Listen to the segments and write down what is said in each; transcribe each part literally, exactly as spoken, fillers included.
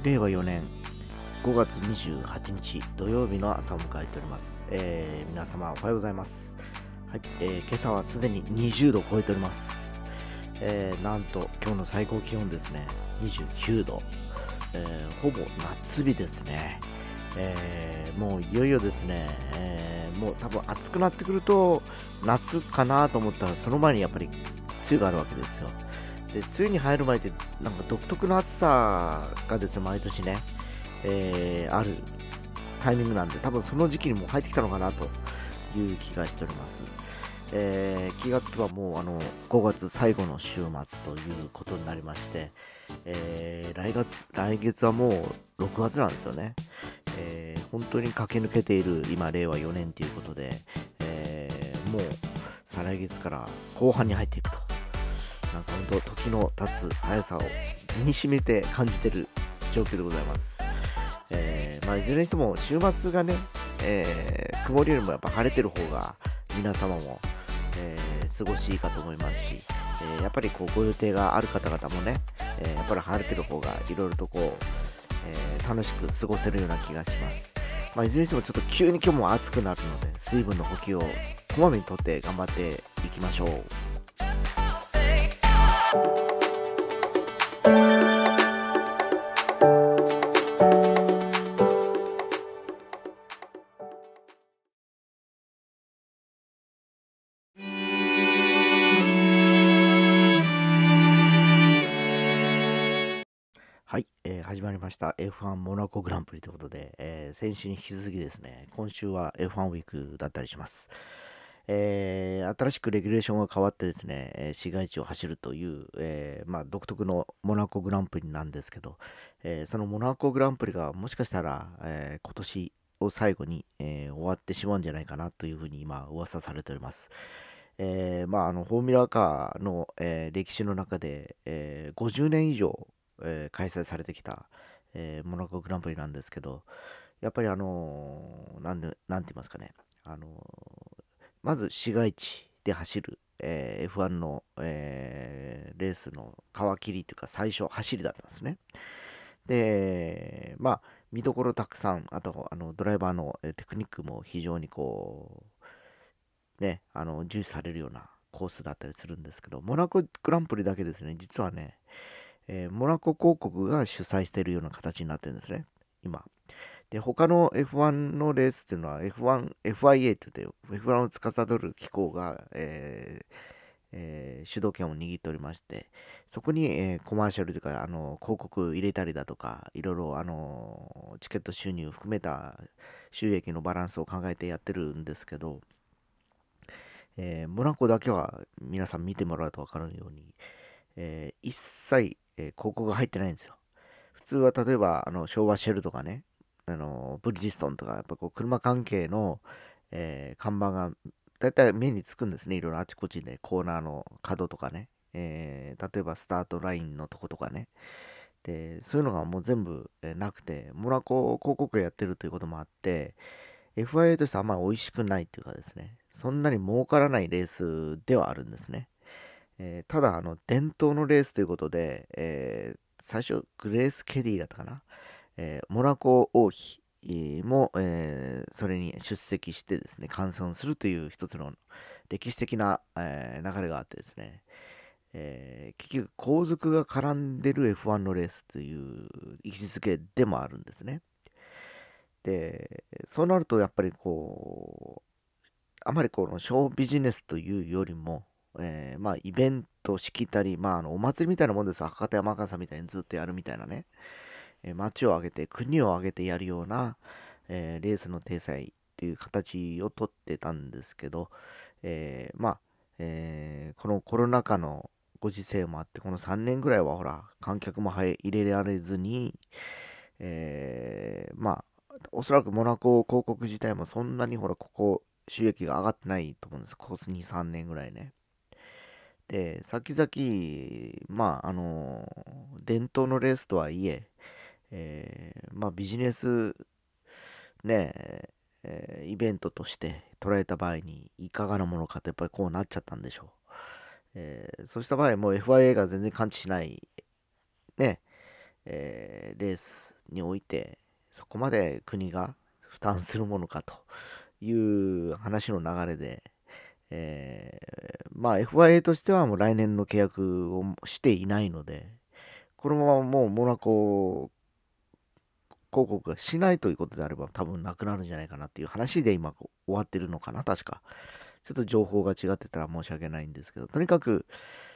れいわよねんごがつにじゅうはちにち土曜日の朝を迎えております。えー皆様おはようございます。はい、えー今朝はすでににじゅうどを超えております。えーなんと今日の最高気温ですね、にじゅうきゅうど、えーほぼ夏日ですね。えーもういよいよですね、えーもう多分暑くなってくると夏かなと思ったら、その前にやっぱり梅雨があるわけですよ。で、梅雨に入る前ってなんか独特の暑さがですね、毎年ね、えーあるタイミングなんで、多分その時期にもう入ってきたのかなという気がしております。えー気がつけばもうあのごがつ最後の週末ということになりまして、えー来月、来月はもうろくがつなんですよね。えー本当に駆け抜けている今、れいわよねんということで、えーもう再来月から後半に入っていくと、なんか本当、時の経つ速さを身に染みて感じている状況でございます。えーまあ、いずれにしても週末がね、えー曇りよりもやっぱ晴れてる方が皆様も、えー過ごしいいかと思いますし、えーやっぱりこうご予定がある方々もね、えーやっぱり晴れてる方がいろいろとこう、えー楽しく過ごせるような気がします。まあ、いずれにしてもちょっと急に今日も暑くなるので、水分の補給をこまめにとって頑張っていきましょう。はい、えー始まりました エフワン モナコグランプリということで、えー先週に引き続きですね、今週は エフワン ウィークだったりします。えー新しくレギュレーションが変わってですね、えー市街地を走るという、えーまあ、独特のモナコグランプリなんですけど、えーそのモナコグランプリがもしかしたら、えー今年を最後に、えー終わってしまうんじゃないかなというふうに今噂されております。えーまあ、あのフォーミュラカーの、えー歴史の中で、えーごじゅうねん以上、えー開催されてきた、えーモナコグランプリなんですけど、やっぱりあのーなんで、なんて言いますかね、あのーまず市街地で走る、えーエフワン の、えーレースの皮切りというか最初走りだったんですね。で、まあ、見どころたくさん、あと、あの、ドライバーのえーテクニックも非常にこう、ね、あの、重視されるようなコースだったりするんですけど、モナコグランプリだけですね、実はね、えーモナコ広告が主催しているような形になってるんですね、今。で、他の エフワン のレースっていうのは エフワン、エフアイエー って言って、エフワン を司る機構が、えーえー主導権を握っておりまして、そこに、えーコマーシャルというか、あの、広告入れたりだとか、いろいろ、あの、チケット収入を含めた収益のバランスを考えてやってるんですけど、えーモナコだけは皆さん見てもらうと分かるように、えー一切、えー広告が入ってないんですよ。普通は例えばあの昭和シェルとかね、あのブリヂストンとか、やっぱこう車関係の、えー看板がだいたい目につくんですね。いろいろあちこちでコーナーの角とかね、えー例えばスタートラインのとことかね。で、そういうのがもう全部、えーなくて、モナコ広告やってるということもあって、エフアイエー としてはあんまり美味しくないっていうかですね、そんなに儲からないレースではあるんですね。えーただ、あの、伝統のレースということで、えー最初、グレース・ケディだったかな、えーモナコ王妃も、えーそれに出席してですね、観戦するという一つの歴史的な、えー流れがあってですね、えー結局、皇族が絡んでる エフワン のレースという位置づけでもあるんですね。で、そうなると、やっぱりこう、あまりこのショービジネスというよりも、えーまあ、イベントしきたり、まあ、あのお祭りみたいなもんですよ。博多山笠みたいにずっとやるみたいなね。えー街を挙げて、国を挙げてやるような、えーレースの体裁っていう形をとってたんですけど、えーまあ、えーこのコロナ禍のご時世もあって、このさんねんぐらいはほら、観客も入れられずに、えーまあ、おそらくモナコ広告自体もそんなにほら、ここ、収益が上がってないと思うんです。ここに、さんねんぐらいね。で、先々、まあ、あの伝統のレースとはいえ、えーまあ、ビジネス、ね、えーイベントとして捉えた場合にいかがなものかとやっぱりこうなっちゃったんでしょう。えーそうした場合、もう エフアイエー が全然感知しない、ね、えーレースにおいてそこまで国が負担するものかという話の流れで、えーまあ エフワイエー としてはもう来年の契約をしていないので、このままもうモナコ広告がしないということであれば多分なくなるんじゃないかなっていう話で今終わってるのかな、確か。ちょっと情報が違ってたら申し訳ないんですけど、とにかく、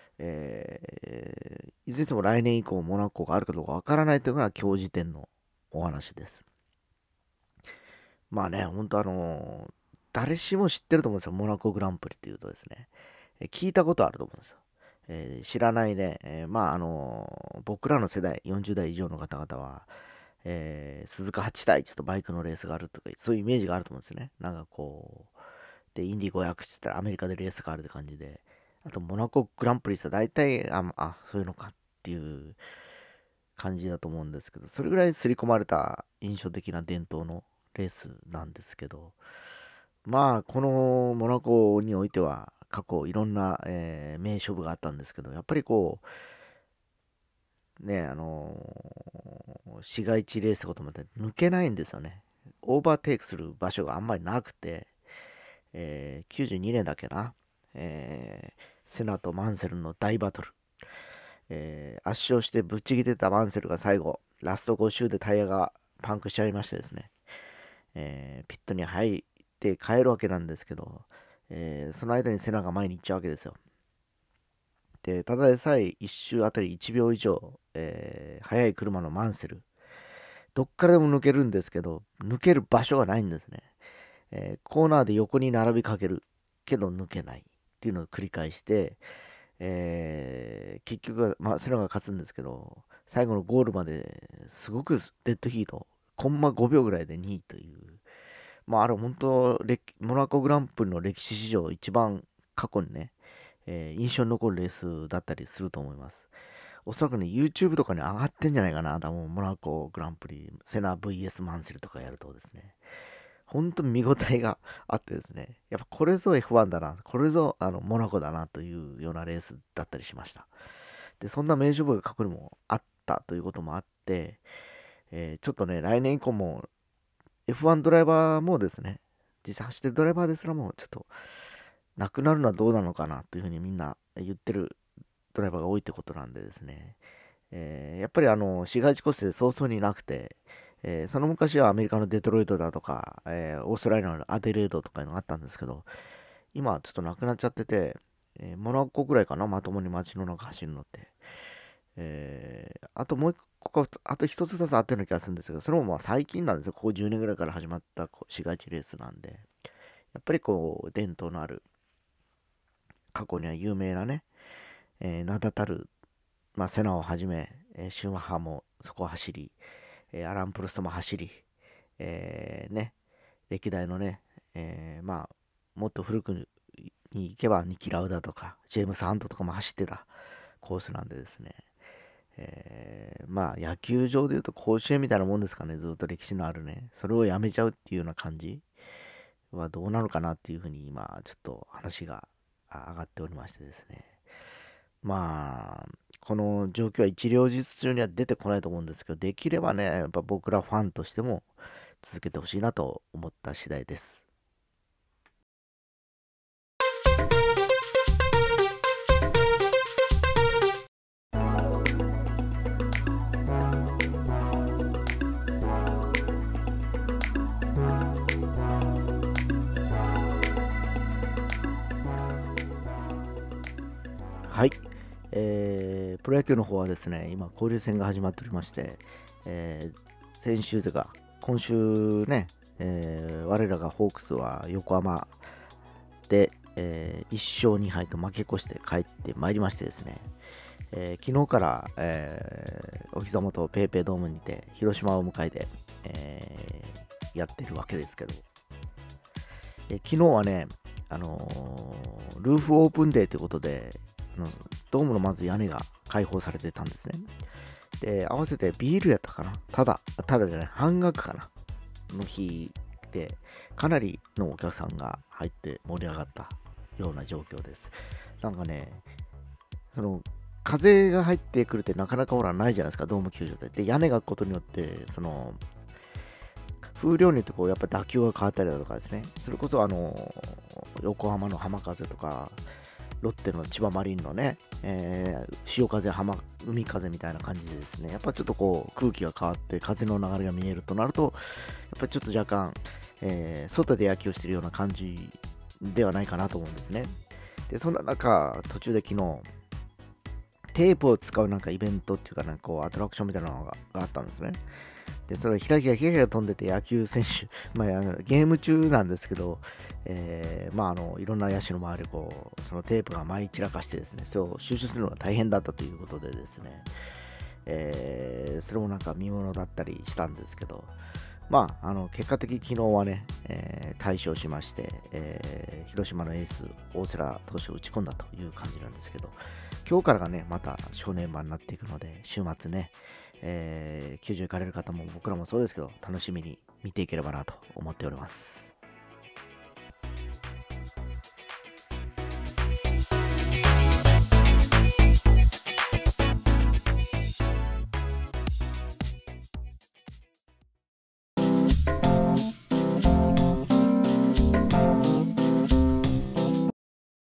えーいずれにしても来年以降モナコがあるかどうかわからないというのが今日時点のお話です。まあね、本当あのー誰しも知ってると思うんですよ、モナコグランプリっていうとですね。え聞いたことあると思うんですよ。えー知らないね、えーまああのー僕らの世代、よんじゅう代以上の方々は、えー鈴鹿はちだいちょっとバイクのレースがあるとか、そういうイメージがあると思うんですよね。なんかこう、で、インディごひゃくって言ったらアメリカでレースがあるって感じで、あとモナコグランプリって大体、あ、あ、そういうのかっていう感じだと思うんですけど、それぐらい刷り込まれた印象的な伝統のレースなんですけど、まあ、このモナコにおいては、過去いろんな、えー名勝負があったんですけど、やっぱりこう、ね、あのー市街地レースことまで抜けないんですよね。オーバーテイクする場所があんまりなくて、えーきゅうじゅうにねんだっけな、えーセナとマンセルの大バトル。えー圧勝してぶっちぎってたマンセルが最後、ラストご周でタイヤがパンクしちゃいましてですね、えーピットに入って帰るわけなんですけど、えーその間にセナが前に行っちゃうわけですよ。で、ただでさえいち周あたりいちびょう以上、えー速い車のマンセル、どっからでも抜けるんですけど、抜ける場所がないんですね。えーコーナーで横に並びかけるけど抜けないっていうのを繰り返して、えー結局は、まあ、セナが勝つんですけど、最後のゴールまですごくデッドヒート、コンマごびょうぐらいでにいという、まあ、あれ本当、モナコグランプリの歴史史上一番過去にね、えー印象に残るレースだったりすると思います。おそらくね、YouTube とかに上がってんじゃないかな、多分モナコグランプリ、セナ ブイエス マンセルとかやるとですね、本当に見応えがあってですね、やっぱこれぞ エフワン だな、これぞあのモナコだなというようなレースだったりしました。で、そんな名勝負が過去にもあったということもあって、えーちょっとね、来年以降も エフワン ドライバーもですね、実際走ってるドライバーですらもちょっとなくなるのはどうなのかなというふうにみんな言ってるドライバーが多いってことなんでですね、えーやっぱりあの市街地コースで早々になくて、えーその昔はアメリカのデトロイトだとか、えーオーストラリアのアデレードとかいうのがあったんですけど、今はちょっとなくなっちゃってて、えーモナコぐらいかな、まともに街の中走るのって。えーあともう一個か、あと一つ二つあったような気がするんですけど、それもまあ最近なんですよ。ここじゅうねんぐらいから始まったこう市街地レースなんで、やっぱりこう、伝統のある、過去には有名なね、えー名だたる、まあ、セナをはじめ、えーシューマッハもそこを走り、えーアラン・プルストも走り、えーね、歴代のね、えーまあ、もっと古くに行けばニキ・ラウダとか、ジェームス・ハントとかも走ってたコースなんでですね、えーまあ、野球場でいうと甲子園みたいなもんですかね、ずっと歴史のあるね、それをやめちゃうっていうような感じはどうなのかなっていうふうに今、ちょっと話が上がっておりましてですね。まあ、この状況は一両日中には出てこないと思うんですけど、できればね、やっぱ僕らファンとしても続けてほしいなと思った次第です。はい。えー、プロ野球の方はですね、今、交流戦が始まっておりまして、えー先週というか、今週ね、えー我らがホークスは横浜で、えーいっしょうにはいと負け越して帰ってまいりましてですね、えー昨日から、えーお膝元ペイペイドームにて広島を迎えて、えーやってるわけですけど、えー昨日はね、あのールーフオープンデーということで、あのドームのまず屋根が開放されてたんですね。で、合わせてビールやったかな、ただ、ただじゃない、半額かなの日で、かなりのお客さんが入って盛り上がったような状況です。なんかね、その風が入ってくるってなかなかほらないじゃないですか、ドーム球場で。で、屋根が開くことによって、その、風量によってこうやっぱ打球が変わったりだとかですね、それこそあの横浜の浜風とか、ロッテの千葉マリンのね、えー、潮風、浜、海風みたいな感じでですね、やっぱちょっとこう空気が変わって風の流れが見えるとなると、やっぱりちょっと若干、えー、外で野球をしているような感じではないかなと思うんですね。で、そんな中、途中で昨日、テープを使うなんかイベントっていうか、なんかこうアトラクションみたいなのががあったんですね。で、それがヒラヒラヒラヒラ飛んでて野球選手、まあ、あのゲーム中なんですけど、えー、まあ、あの、いろんな野手の周りこう、そのテープが舞い散らかしてですね、そう収集するのが大変だったということでですね、えー、それもなんか見物だったりしたんですけど、まあ、あの結果的に昨日はね、えー、大勝しまして、えー、広島のエース、大瀬良投手を打ち込んだという感じなんですけど、今日からがね、また正念場になっていくので、週末ね、えー、球場行かれる方も僕らもそうですけど、楽しみに見ていければなと思っております。